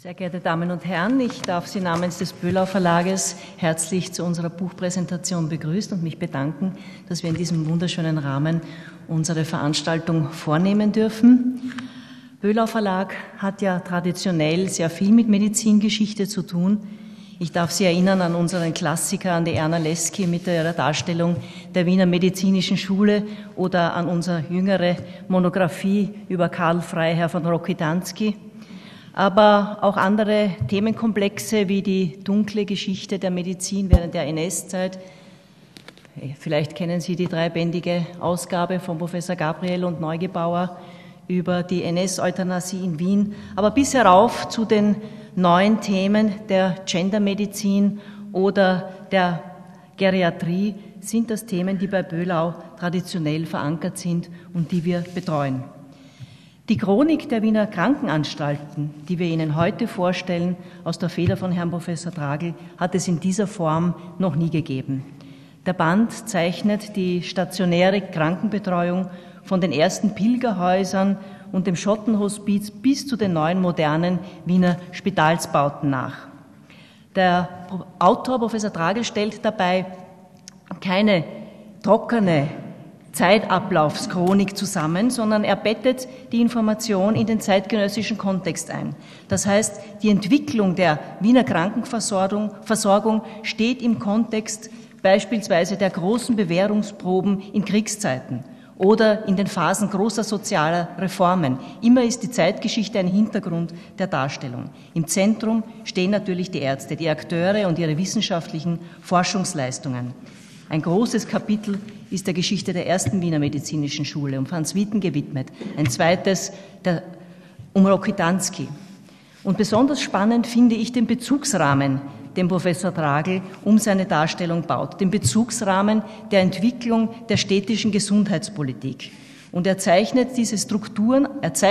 Sehr geehrte Damen und Herren, ich darf Sie namens des Böhlau Verlages herzlich zu unserer Buchpräsentation begrüßen und mich bedanken, dass wir in diesem wunderschönen Rahmen unsere Veranstaltung vornehmen dürfen. Böhlau Verlag hat ja traditionell sehr viel mit Medizingeschichte zu tun. Ich darf Sie erinnern an unseren Klassiker, an die Erna Lesky mit ihrer Darstellung der Wiener Medizinischen Schule oder an unsere jüngere Monographie über Karl Freiherr von Rokitansky. Aber auch andere Themenkomplexe wie die dunkle Geschichte der Medizin während der NS-Zeit. Vielleicht kennen Sie die dreibändige Ausgabe von Professor Gabriel und Neugebauer über die NS-Euthanasie in Wien, aber bis herauf zu den neuen Themen der Gendermedizin oder der Geriatrie sind das Themen, die bei Böhlau traditionell verankert sind und die wir betreuen. Die Chronik der Wiener Krankenanstalten, die wir Ihnen heute vorstellen, aus der Feder von Herrn Professor Tragl, hat es in dieser Form noch nie gegeben. Der Band zeichnet die stationäre Krankenbetreuung von den ersten Pilgerhäusern und dem Schottenhospiz bis zu den neuen modernen Wiener Spitalsbauten nach. Der Autor, Professor Tragl, stellt dabei keine trockene Zeitablaufschronik zusammen, sondern er bettet die Information in den zeitgenössischen Kontext ein. Das heißt, die Entwicklung der Wiener Krankenversorgung steht im Kontext beispielsweise der großen Bewährungsproben in Kriegszeiten oder in den Phasen großer sozialer Reformen. Immer ist die Zeitgeschichte ein Hintergrund der Darstellung. Im Zentrum stehen natürlich die Ärzte, die Akteure und ihre wissenschaftlichen Forschungsleistungen. Ein großes Kapitel ist der Geschichte der ersten Wiener Medizinischen Schule, um Franz Witten gewidmet. Ein zweites um Rokitansky. Und besonders spannend finde ich den Bezugsrahmen, den Professor Tragl um seine Darstellung baut. Den Bezugsrahmen der Entwicklung der städtischen Gesundheitspolitik. Und er zeigt diese Strukturen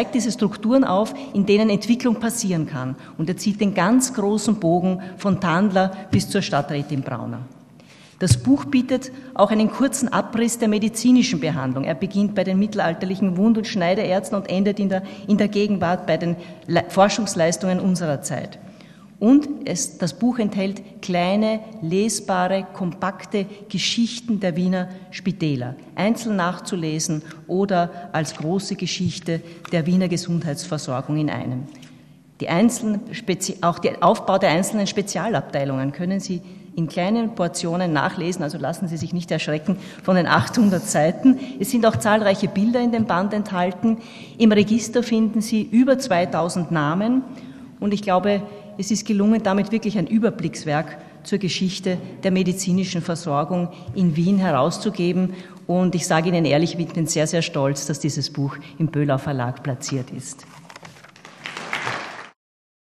auf, in denen Entwicklung passieren kann. Und er zieht den ganz großen Bogen von Tandler bis zur Stadträtin Brauner. Das Buch bietet auch einen kurzen Abriss der medizinischen Behandlung. Er beginnt bei den mittelalterlichen Wund- und Schneiderärzten und endet in der Gegenwart bei den Forschungsleistungen unserer Zeit. Und das Buch enthält kleine, lesbare, kompakte Geschichten der Wiener Spitäler, einzeln nachzulesen oder als große Geschichte der Wiener Gesundheitsversorgung in einem. Auch der Aufbau der einzelnen Spezialabteilungen können Sie in kleinen Portionen nachlesen, also lassen Sie sich nicht erschrecken von den 800 Seiten. Es sind auch zahlreiche Bilder in dem Band enthalten. Im Register finden Sie über 2000 Namen und ich glaube, es ist gelungen, damit wirklich ein Überblickswerk zur Geschichte der medizinischen Versorgung in Wien herauszugeben. Und ich sage Ihnen ehrlich, ich bin sehr, sehr stolz, dass dieses Buch im Böhlau Verlag platziert ist.